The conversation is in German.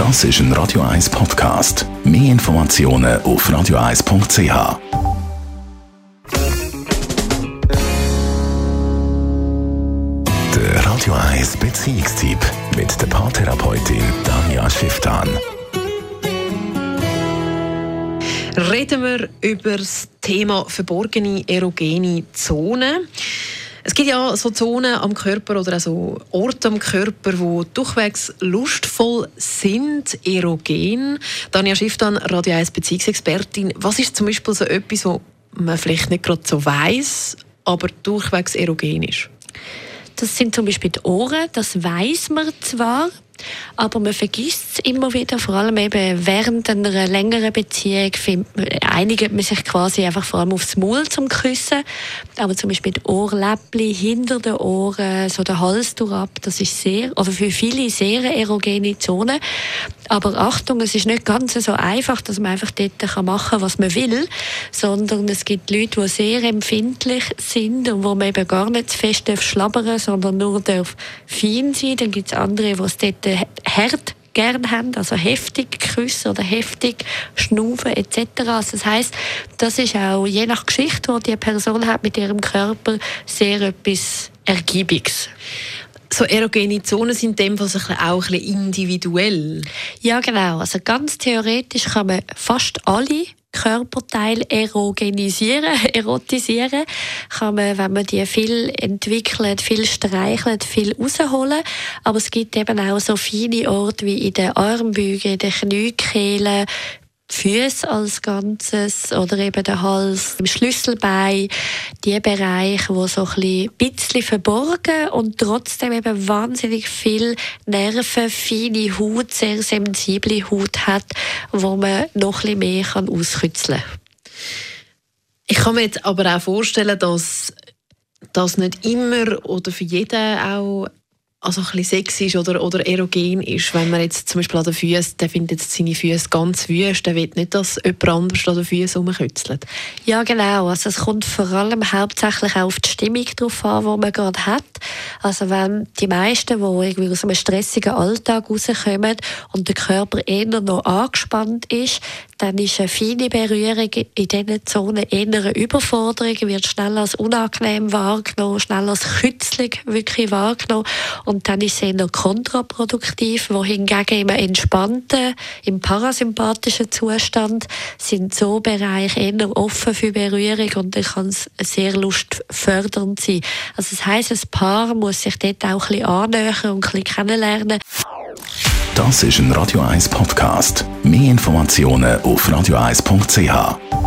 Das ist ein Radio 1 Podcast. Mehr Informationen auf radio1.ch. Der Radio 1 Beziehungstyp mit der Paartherapeutin Danja Schifftan. Reden wir über das Thema verborgene erogene Zonen. Es gibt ja so Zonen am Körper oder auch so Orte am Körper, die durchwegs lustvoll sind, erogen. Danja Schifftan, Radio 1 Beziehungsexpertin. Was ist zum Beispiel so etwas, was man vielleicht nicht gerade so weiss, aber durchwegs erogen ist? Das sind zum Beispiel die Ohren, das weiss man zwar, aber man vergisst es immer wieder, vor allem eben während einer längeren Beziehung einigt man sich quasi einfach vor allem aufs Maul zum Küssen, aber zum Beispiel die Ohrläppchen hinter den Ohren, so der Hals durchab, das ist für viele sehr erogene Zone. Aber Achtung, es ist nicht ganz so einfach, dass man einfach dort machen kann, was man will, sondern es gibt Leute, die sehr empfindlich sind und wo man eben gar nicht zu fest schlabbern darf, sondern nur fein sein. Dann gibt es andere, die es dort hart gern haben, also heftig küssen oder heftig schnaufen etc. Also das heisst, das ist auch je nach Geschichte, die Person hat mit ihrem Körper, sehr etwas Ergiebiges. So erogene Zonen sind in dem Fall auch ein bisschen individuell. Ja, genau. Also ganz theoretisch kann man fast alle Körperteile erotisieren. Kann man, wenn man die viel entwickelt, viel streichelt, viel rausholen. Aber es gibt eben auch so feine Orte wie in den Armbeugen, in den Kniekehlen, Füße als Ganzes oder eben der Hals, im Schlüsselbein, die Bereiche, die so ein bisschen verborgen und trotzdem eben wahnsinnig viel Nerven, feine Haut, sehr sensible Haut hat, wo man noch ein bisschen mehr auskitzeln kann. Ich kann mir jetzt aber auch vorstellen, dass das nicht immer oder für jeden auch ein bisschen sexy ist oder erogen ist. Wenn man jetzt zum Beispiel an den Füßen, der findet jetzt seine Füße ganz wüst, der will nicht, dass jemand anders an den Füßen rumkützelt. Ja, genau. Also es kommt vor allem hauptsächlich auch auf die Stimmung drauf an, die man gerade hat. Also wenn die meisten, die irgendwie aus einem stressigen Alltag rauskommen und der Körper eher noch angespannt ist, dann ist eine feine Berührung in diesen Zonen eher eine Überforderung, wird schnell als unangenehm wahrgenommen, schnell als kützlig wirklich wahrgenommen. Und dann ist es eher kontraproduktiv, wohingegen im entspannten, im parasympathischen Zustand sind so Bereiche eher offen für Berührung und dann kann es sehr lustfördernd sein. Also das heisst, ein Paar muss sich dort auch ein bisschen annähern und ein bisschen kennenlernen. Das ist ein Radio 1 Podcast. Mehr Informationen auf radio1.ch.